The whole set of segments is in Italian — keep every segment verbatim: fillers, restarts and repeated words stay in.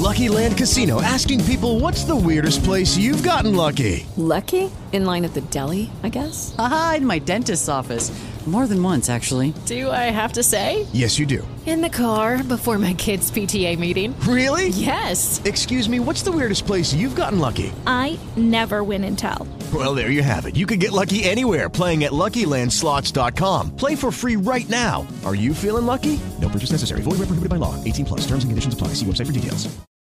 Lucky Land Casino, asking people, what's the weirdest place you've gotten lucky? Lucky? In line at the deli, I guess? Aha, in my dentist's office. More than once, actually. Do I have to say? Yes, you do. In the car before my kids' P T A meeting. Really? Yes. Excuse me, what's the weirdest place you've gotten lucky? I never win and tell. Well, there you have it. You can get lucky anywhere, playing at Lucky Land Slots dot com. Play for free right now. Are you feeling lucky? No purchase necessary. Void where prohibited by law. eighteen plus. Terms and conditions apply. See website for details.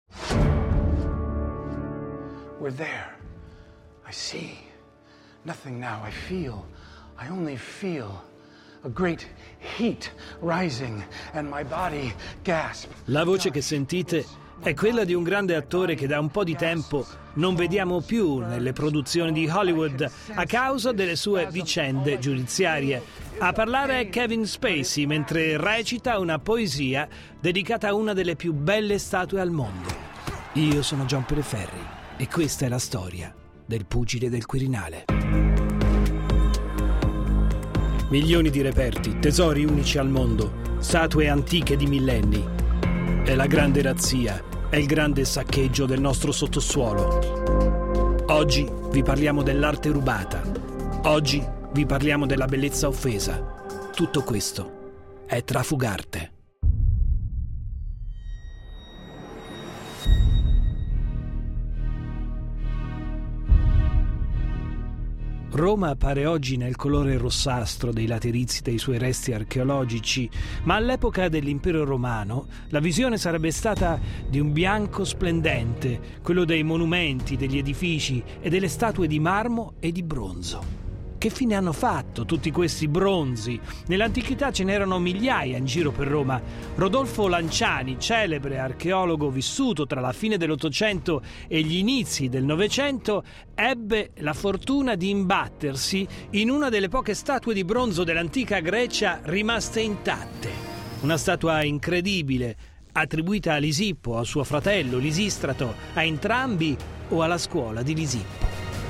We're there. I see. Nothing now. I feel. I only feel a great heat rising and my body gasp. La voce che sentite è quella di un grande attore che da un po' di tempo non vediamo più nelle produzioni di Hollywood a causa delle sue vicende giudiziarie. A parlare è Kevin Spacey mentre recita una poesia dedicata a una delle più belle statue al mondo. Io sono John Pereferri e questa è la storia del pugile del Quirinale. Milioni di reperti, tesori unici al mondo, statue antiche di millenni. È la grande razzia, è il grande saccheggio del nostro sottosuolo. Oggi vi parliamo dell'arte rubata. Oggi vi parliamo della bellezza offesa. Tutto questo è Trafugarte. Roma appare oggi nel colore rossastro dei laterizi dei suoi resti archeologici, ma all'epoca dell'Impero Romano la visione sarebbe stata di un bianco splendente, quello dei monumenti, degli edifici e delle statue di marmo e di bronzo. Che fine hanno fatto tutti questi bronzi? Nell'antichità ce n'erano migliaia in giro per Roma. Rodolfo Lanciani, celebre archeologo vissuto tra la fine dell'Ottocento e gli inizi del Novecento, ebbe la fortuna di imbattersi in una delle poche statue di bronzo dell'antica Grecia rimaste intatte. Una statua incredibile, attribuita a Lisippo, a suo fratello Lisistrato, a entrambi o alla scuola di Lisippo.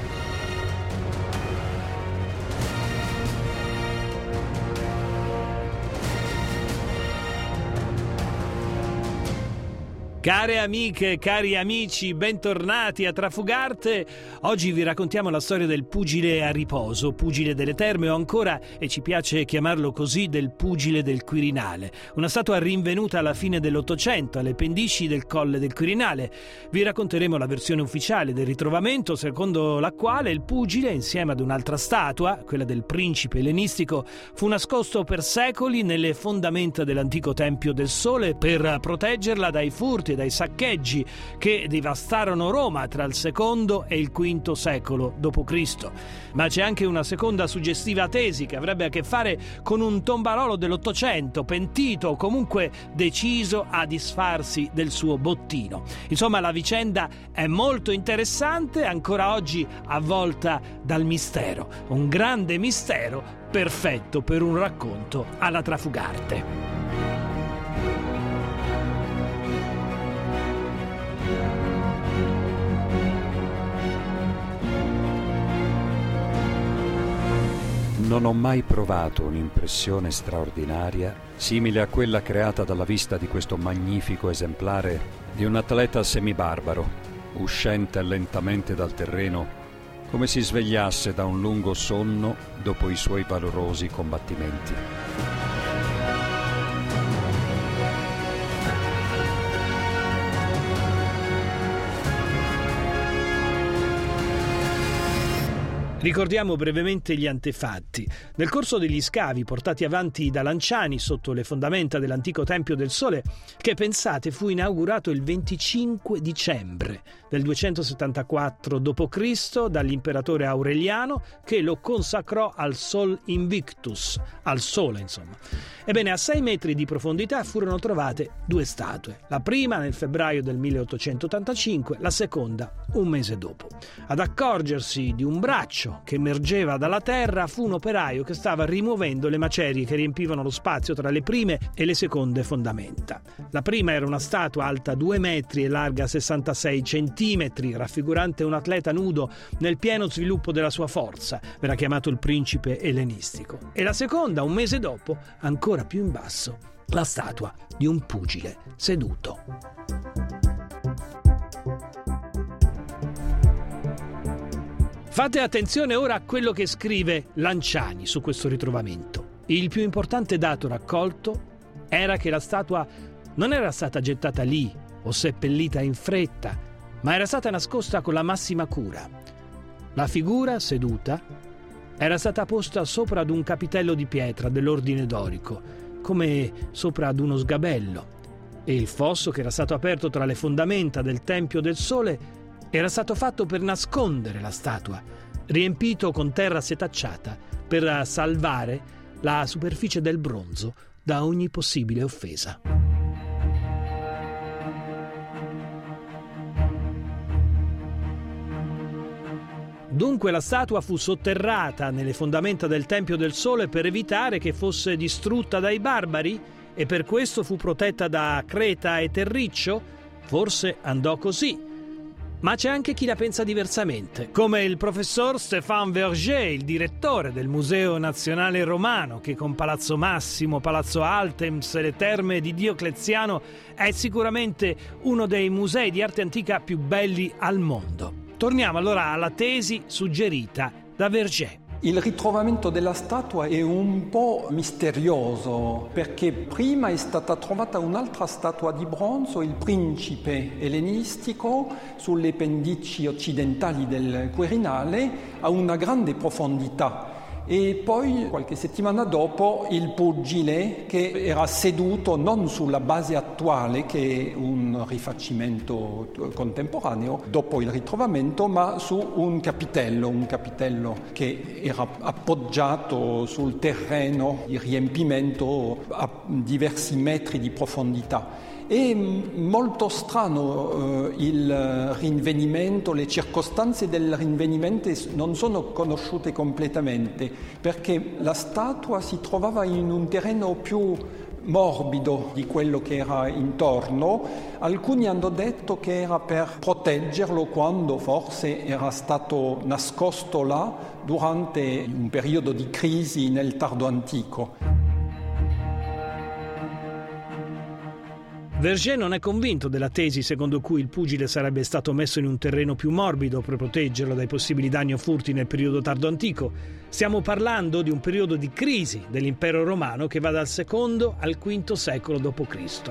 Care amiche, cari amici, bentornati a Trafugarte. Oggi vi raccontiamo la storia del pugile a riposo, pugile delle terme o ancora, e ci piace chiamarlo così, del pugile del Quirinale. Una statua rinvenuta alla fine dell'Ottocento alle pendici del Colle del Quirinale. Vi racconteremo la versione ufficiale del ritrovamento, secondo la quale il pugile, insieme ad un'altra statua, quella del principe ellenistico, fu nascosto per secoli nelle fondamenta dell'antico Tempio del Sole per proteggerla dai furti e dai saccheggi che devastarono Roma tra il secondo e il quinto secolo dopo Cristo. Ma c'è anche una seconda suggestiva tesi che avrebbe a che fare con un tombarolo dell'Ottocento, pentito o comunque deciso a disfarsi del suo bottino. Insomma, la vicenda è molto interessante, ancora oggi avvolta dal mistero. Un grande mistero perfetto per un racconto alla Trafugarte. Non ho mai provato un'impressione straordinaria simile a quella creata dalla vista di questo magnifico esemplare di un atleta semibarbaro, uscente lentamente dal terreno, come si svegliasse da un lungo sonno dopo i suoi valorosi combattimenti. Ricordiamo brevemente gli antefatti. Nel corso degli scavi portati avanti da Lanciani sotto le fondamenta dell'antico Tempio del Sole, che pensate fu inaugurato il venticinque dicembre del duecentosettantaquattro dopo Cristo dall'imperatore Aureliano, che lo consacrò al Sol Invictus, al sole insomma. Ebbene, a sei metri di profondità furono trovate due statue, la prima nel febbraio del milleottocentottantacinque, la seconda un mese dopo. Ad accorgersi di un braccio che emergeva dalla terra fu un operaio che stava rimuovendo le macerie che riempivano lo spazio tra le prime e le seconde fondamenta. La prima era una statua alta due metri e larga sessantasei centimetri, raffigurante un atleta nudo nel pieno sviluppo della sua forza, verrà chiamato il principe ellenistico. E la seconda, un mese dopo, ancora più in basso, la statua di un pugile seduto. Fate attenzione ora a quello che scrive Lanciani su questo ritrovamento. Il più importante dato raccolto era che la statua non era stata gettata lì o seppellita in fretta, ma era stata nascosta con la massima cura. La figura seduta era stata posta sopra ad un capitello di pietra dell'ordine dorico, come sopra ad uno sgabello, e il fosso che era stato aperto tra le fondamenta del Tempio del Sole era stato fatto per nascondere la statua, riempito con terra setacciata per salvare la superficie del bronzo da ogni possibile offesa. Dunque la statua fu sotterrata nelle fondamenta del Tempio del Sole per evitare che fosse distrutta dai barbari, e per questo fu protetta da Creta e Terriccio? Forse andò così. Ma c'è anche chi la pensa diversamente, come il professor Stéphane Verger, il direttore del Museo Nazionale Romano, che con Palazzo Massimo, Palazzo Altemps e le terme di Diocleziano è sicuramente uno dei musei di arte antica più belli al mondo. Torniamo allora alla tesi suggerita da Verger. Il ritrovamento della statua è un po' misterioso, perché prima è stata trovata un'altra statua di bronzo, il principe ellenistico, sulle pendici occidentali del Quirinale, a una grande profondità. E poi, qualche settimana dopo, il pugile che era seduto non sulla base attuale, che è un rifacimento contemporaneo, dopo il ritrovamento, ma su un capitello, un capitello che era appoggiato sul terreno di riempimento a diversi metri di profondità. È molto strano eh, il rinvenimento, le circostanze del rinvenimento non sono conosciute completamente, perché la statua si trovava in un terreno più morbido di quello che era intorno. Alcuni hanno detto che era per proteggerlo quando forse era stato nascosto là durante un periodo di crisi nel tardo antico. Verger non è convinto della tesi secondo cui il pugile sarebbe stato messo in un terreno più morbido per proteggerlo dai possibili danni o furti nel periodo tardo antico. Stiamo parlando di un periodo di crisi dell'impero romano che va dal secondo al quinto secolo dopo Cristo.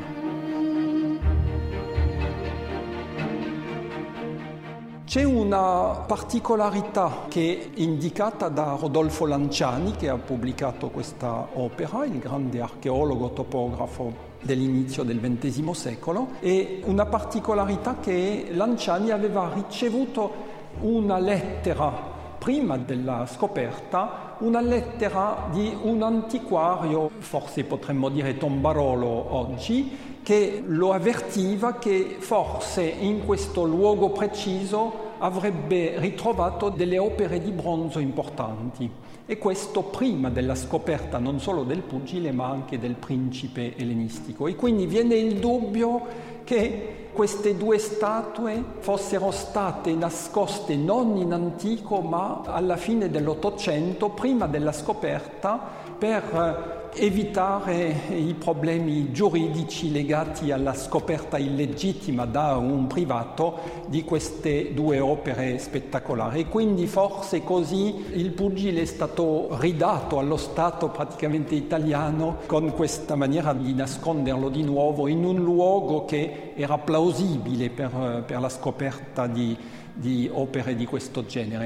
C'è una particolarità che è indicata da Rodolfo Lanciani, che ha pubblicato questa opera, il grande archeologo topografo dell'inizio del ventesimo secolo, e una particolarità che Lanciani aveva ricevuto una lettera prima della scoperta, una lettera di un antiquario, forse potremmo dire tombarolo oggi, che lo avvertiva che forse in questo luogo preciso avrebbe ritrovato delle opere di bronzo importanti. E questo prima della scoperta non solo del pugile ma anche del principe ellenistico. E quindi viene il dubbio che queste due statue fossero state nascoste non in antico ma alla fine dell'Ottocento, prima della scoperta, per evitare i problemi giuridici legati alla scoperta illegittima da un privato di queste due opere spettacolari. E quindi forse così il pugile è stato ridato allo Stato praticamente italiano, con questa maniera di nasconderlo di nuovo in un luogo che era plausibile per, per la scoperta di, di opere di questo genere.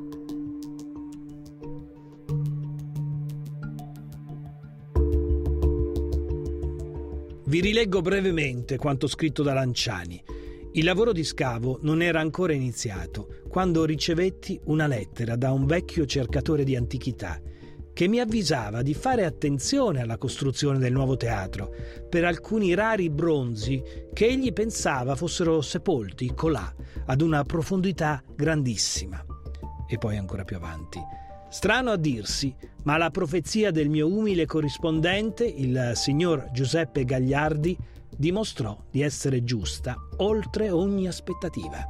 Vi rileggo brevemente quanto scritto da Lanciani. Il lavoro di scavo non era ancora iniziato quando ricevetti una lettera da un vecchio cercatore di antichità che mi avvisava di fare attenzione alla costruzione del nuovo teatro per alcuni rari bronzi che egli pensava fossero sepolti colà ad una profondità grandissima. E poi ancora più avanti. Strano a dirsi, ma la profezia del mio umile corrispondente, il signor Giuseppe Gagliardi, dimostrò di essere giusta oltre ogni aspettativa.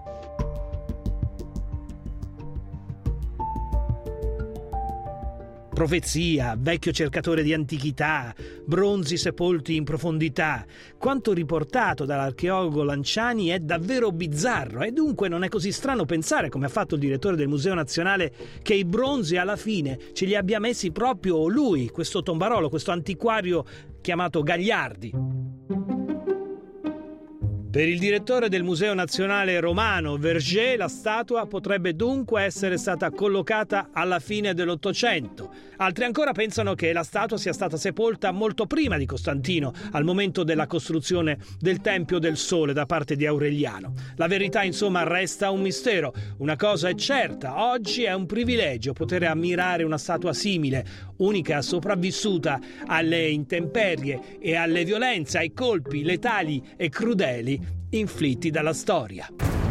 Profezia, vecchio cercatore di antichità, bronzi sepolti in profondità. Quanto riportato dall'archeologo Lanciani è davvero bizzarro e dunque non è così strano pensare, come ha fatto il direttore del Museo Nazionale, che i bronzi alla fine ce li abbia messi proprio lui, questo tombarolo, questo antiquario chiamato Gagliardi. Per il direttore del Museo Nazionale Romano, Verger, la statua potrebbe dunque essere stata collocata alla fine dell'Ottocento. Altri ancora pensano che la statua sia stata sepolta molto prima di Costantino, al momento della costruzione del Tempio del Sole da parte di Aureliano. La verità, insomma, resta un mistero. Una cosa è certa, oggi è un privilegio poter ammirare una statua simile, unica sopravvissuta alle intemperie e alle violenze, ai colpi letali e crudeli inflitti dalla storia.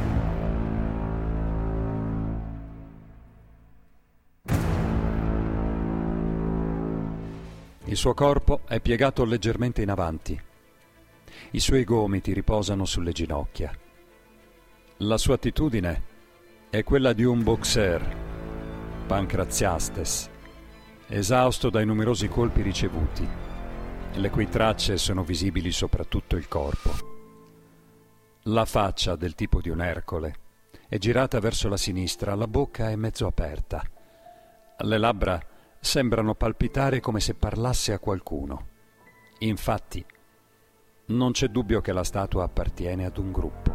Il suo corpo è piegato leggermente in avanti. I suoi gomiti riposano sulle ginocchia. La sua attitudine è quella di un boxer, Pancratiastes, esausto dai numerosi colpi ricevuti, le cui tracce sono visibili soprattutto il corpo. La faccia, del tipo di un Ercole, è girata verso la sinistra, la bocca è mezzo aperta. Le labbra sembrano palpitare come se parlasse a qualcuno. Infatti, non c'è dubbio che la statua appartiene ad un gruppo.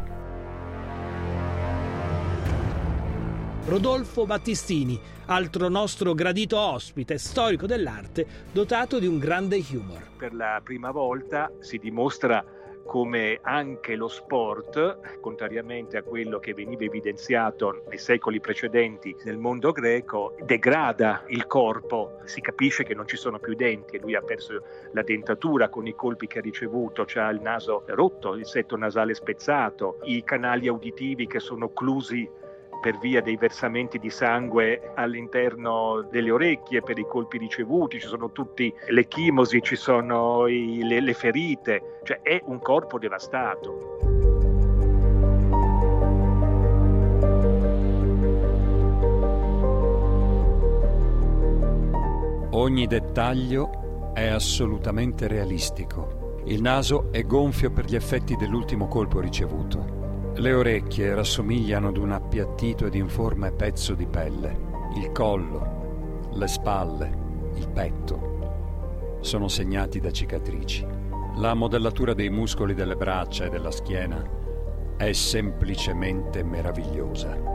Rodolfo Battistini, altro nostro gradito ospite, storico dell'arte, dotato di un grande humor. Per la prima volta si dimostra come anche lo sport, contrariamente a quello che veniva evidenziato nei secoli precedenti nel mondo greco, degrada il corpo. Si capisce che non ci sono più denti e lui ha perso la dentatura con i colpi che ha ricevuto, c'ha il naso rotto, il setto nasale spezzato, i canali uditivi che sono occlusi per via dei versamenti di sangue all'interno delle orecchie per i colpi ricevuti, ci sono tutti le chimosi, ci sono i, le, le ferite, cioè è un corpo devastato. Ogni dettaglio è assolutamente realistico. Il naso è gonfio per gli effetti dell'ultimo colpo ricevuto. Le orecchie rassomigliano ad un appiattito ed informe pezzo di pelle. Il collo, le spalle, il petto sono segnati da cicatrici. La modellatura dei muscoli delle braccia e della schiena è semplicemente meravigliosa.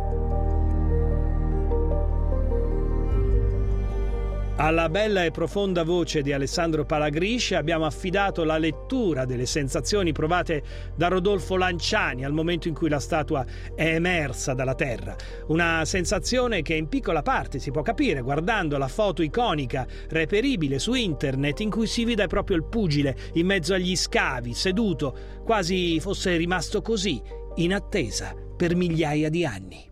Alla bella e profonda voce di Alessandro Palagrisce abbiamo affidato la lettura delle sensazioni provate da Rodolfo Lanciani al momento in cui la statua è emersa dalla terra. Una sensazione che in piccola parte si può capire guardando la foto iconica reperibile su internet in cui si vede proprio il pugile in mezzo agli scavi, seduto, quasi fosse rimasto così, in attesa per migliaia di anni.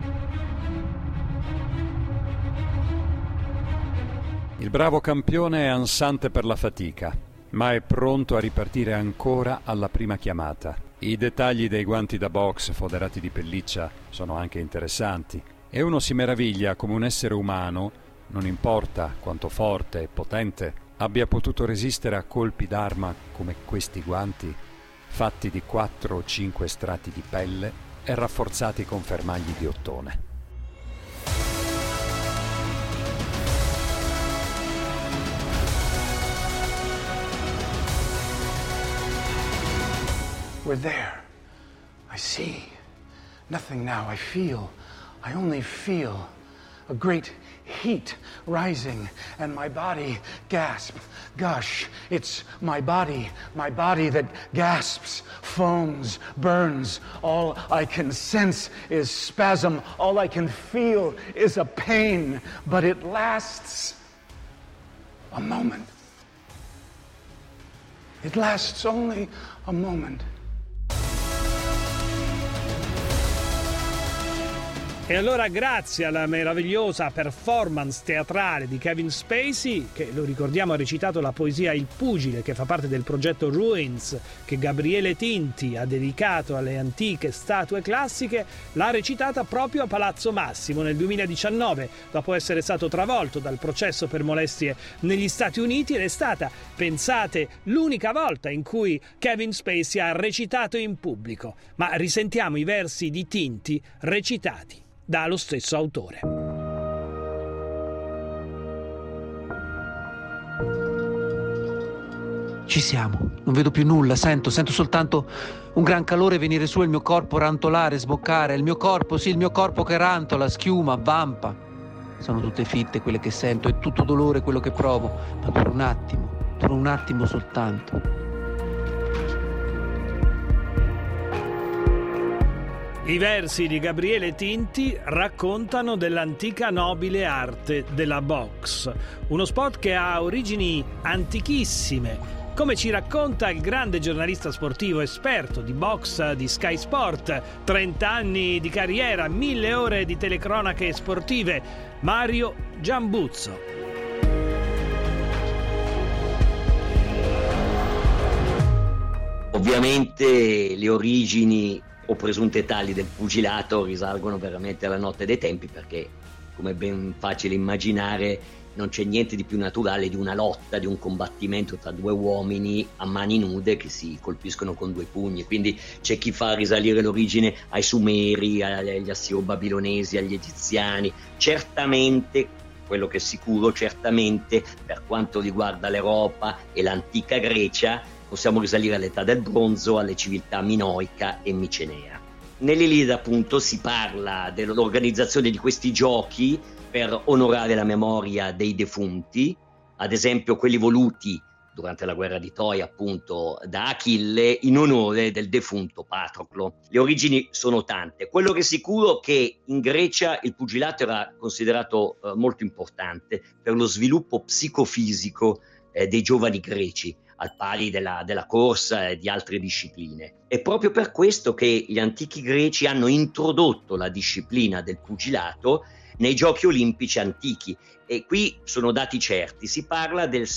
Il bravo campione è ansante per la fatica, ma è pronto a ripartire ancora alla prima chiamata. I dettagli dei guanti da box foderati di pelliccia sono anche interessanti e uno si meraviglia come un essere umano, non importa quanto forte e potente, abbia potuto resistere a colpi d'arma come questi guanti, fatti di quattro o cinque strati di pelle e rafforzati con fermagli di ottone. We're there. I see. Nothing now. I feel. I only feel a great heat rising and my body gasp. Gosh, it's my body. My body that gasps, foams, burns. All I can sense is spasm. All I can feel is a pain. But it lasts a moment. It lasts only a moment. E allora, grazie alla meravigliosa performance teatrale di Kevin Spacey, che lo ricordiamo ha recitato la poesia Il Pugile, che fa parte del progetto Ruins, che Gabriele Tinti ha dedicato alle antiche statue classiche, l'ha recitata proprio a Palazzo Massimo nel duemiladiciannove, dopo essere stato travolto dal processo per molestie negli Stati Uniti, ed è stata, pensate, l'unica volta in cui Kevin Spacey ha recitato in pubblico. Ma risentiamo i versi di Tinti recitati dallo stesso autore. Ci siamo, non vedo più nulla, sento, sento soltanto un gran calore venire su, il mio corpo rantolare, sboccare, il mio corpo, sì, il mio corpo che rantola, schiuma, vampa. Sono tutte fitte quelle che sento, è tutto dolore quello che provo, ma per un attimo, per un attimo soltanto. I versi di Gabriele Tinti raccontano dell'antica nobile arte della box, uno sport che ha origini antichissime, come ci racconta il grande giornalista sportivo esperto di box di Sky Sport, trenta anni di carriera, mille ore di telecronache sportive, Mario Giambuzzo. Ovviamente le origini o presunte tali del pugilato risalgono veramente alla notte dei tempi, perché, come è ben facile immaginare, non c'è niente di più naturale di una lotta, di un combattimento tra due uomini a mani nude che si colpiscono con due pugni. Quindi c'è chi fa risalire l'origine ai Sumeri, agli Assiro-Babilonesi, agli Egiziani. Certamente, quello che è sicuro, certamente per quanto riguarda l'Europa e l'antica Grecia, possiamo risalire all'età del bronzo, alle civiltà minoica e micenea. Nell'Iliade, appunto, si parla dell'organizzazione di questi giochi per onorare la memoria dei defunti, ad esempio quelli voluti durante la guerra di Troia, appunto, da Achille in onore del defunto Patroclo. Le origini sono tante. Quello che è sicuro è che in Grecia il pugilato era considerato eh, molto importante per lo sviluppo psicofisico eh, dei giovani greci, al pari della, della corsa e di altre discipline. È proprio per questo che gli antichi greci hanno introdotto la disciplina del pugilato nei giochi olimpici antichi, e qui sono dati certi, si parla del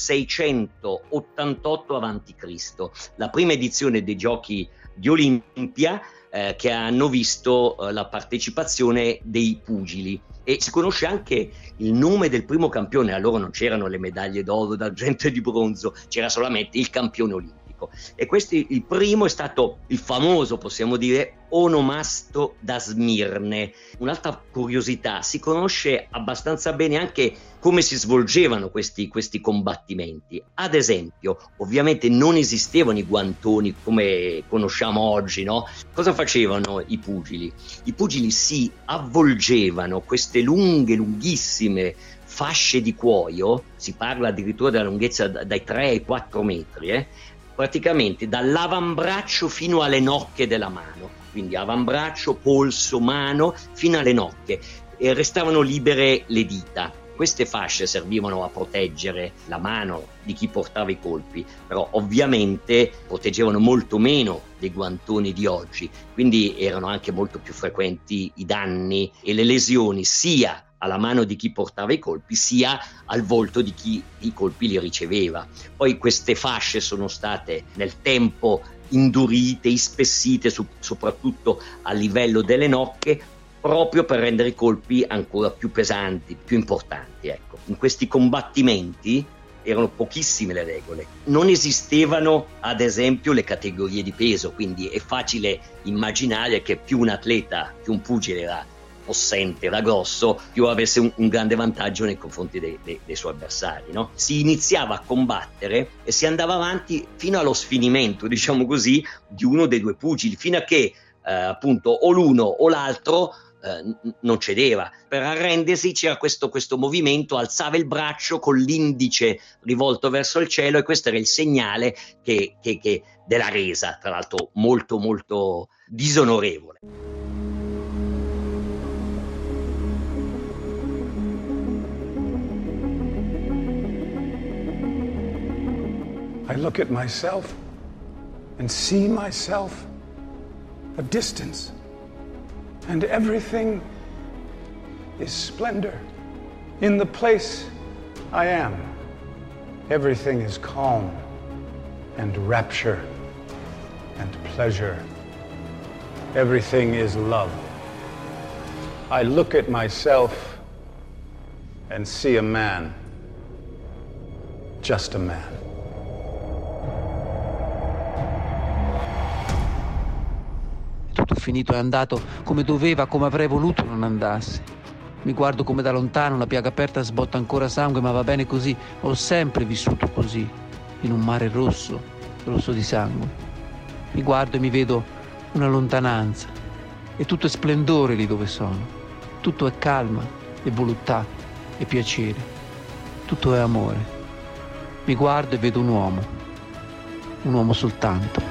seicentottantotto avanti Cristo, la prima edizione dei giochi di Olimpia eh, che hanno visto eh, la partecipazione dei pugili, e si conosce anche il nome del primo campione. Allora non c'erano le medaglie d'oro, d'argento e di bronzo, c'era solamente il campione olimpico, e questo, il primo, è stato il famoso, possiamo dire, Onomasto da Smirne. Un'altra curiosità: si conosce abbastanza bene anche come si svolgevano questi, questi combattimenti. Ad esempio, ovviamente non esistevano i guantoni come conosciamo oggi, no? Cosa facevano i pugili? I pugili si avvolgevano queste lunghe, lunghissime fasce di cuoio, si parla addirittura della lunghezza dai tre ai quattro metri, eh? praticamente dall'avambraccio fino alle nocche della mano, quindi avambraccio, polso, mano, fino alle nocche, e restavano libere le dita. Queste fasce servivano a proteggere la mano di chi portava i colpi, però ovviamente proteggevano molto meno dei guantoni di oggi, quindi erano anche molto più frequenti i danni e le lesioni, sia alla mano di chi portava i colpi, sia al volto di chi i colpi li riceveva. Poi queste fasce sono state nel tempo indurite, ispessite, su, soprattutto a livello delle nocche, proprio per rendere i colpi ancora più pesanti, più importanti. Ecco. In questi combattimenti erano pochissime le regole, non esistevano ad esempio le categorie di peso, quindi è facile immaginare che più un atleta, più un pugile era possente, era grosso, più avesse un, un grande vantaggio nei confronti dei, dei, dei suoi avversari, no? Si iniziava a combattere e si andava avanti fino allo sfinimento, diciamo così, di uno dei due pugili, fino a che eh, appunto o l'uno o l'altro eh, non cedeva. Per arrendersi c'era questo, questo movimento, alzava il braccio con l'indice rivolto verso il cielo, e questo era il segnale che, che, che della resa, tra l'altro molto molto disonorevole. I look at myself and see myself a distance, and everything is splendor. In the place I am, everything is calm and rapture and pleasure. Everything is love. I look at myself and see a man, just a man. Tutto finito, è andato come doveva, come avrei voluto non andasse. Mi guardo come da lontano, una piaga aperta sbotta ancora sangue, ma va bene così. Ho sempre vissuto così, in un mare rosso, rosso di sangue. Mi guardo e mi vedo una lontananza, e tutto è splendore lì dove sono. Tutto è calma e voluttà e piacere. Tutto è amore. Mi guardo e vedo un uomo, un uomo soltanto.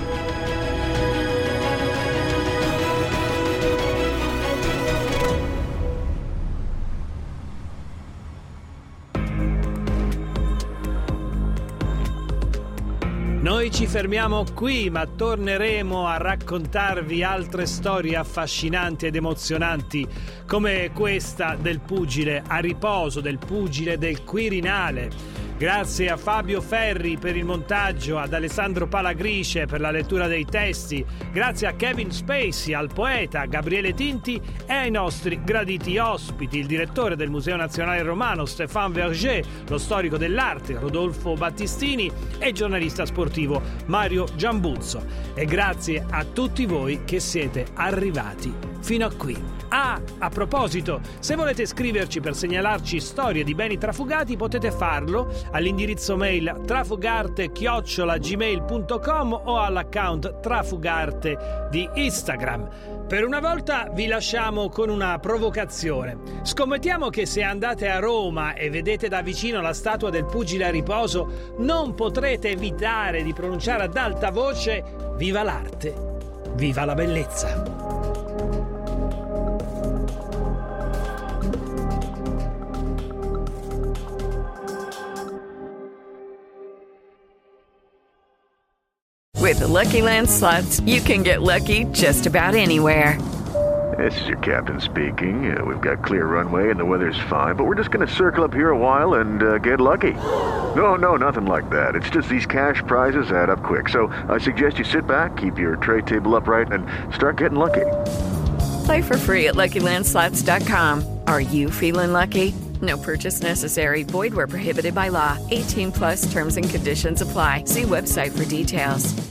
Noi ci fermiamo qui, ma torneremo a raccontarvi altre storie affascinanti ed emozionanti come questa del pugile a riposo, del pugile del Quirinale. Grazie a Fabio Ferri per il montaggio, ad Alessandro Palagrisce per la lettura dei testi, grazie a Kevin Spacey, al poeta Gabriele Tinti e ai nostri graditi ospiti, il direttore del Museo Nazionale Romano Stéphane Verger, lo storico dell'arte Rodolfo Battistini e il giornalista sportivo Mario Giambuzzo. E grazie a tutti voi che siete arrivati fino a qui. Ah, a proposito, se volete scriverci per segnalarci storie di beni trafugati potete farlo all'indirizzo mail trafugarte chiocciola gmail punto com o all'account trafugarte di Instagram. Per una volta vi lasciamo con una provocazione. Scommettiamo che se andate a Roma e vedete da vicino la statua del pugile a riposo, non potrete evitare di pronunciare ad alta voce: viva l'arte, viva la bellezza. With the Lucky Land Slots, you can get lucky just about anywhere. This is your captain speaking. Uh, we've got clear runway and the weather's fine, but we're just going to circle up here a while and uh, get lucky. No, no, nothing like that. It's just these cash prizes add up quick. So I suggest you sit back, keep your tray table upright, and start getting lucky. Play for free at Lucky Land Slots dot com. Are you feeling lucky? No purchase necessary. Void where prohibited by law. eighteen plus terms and conditions apply. See website for details.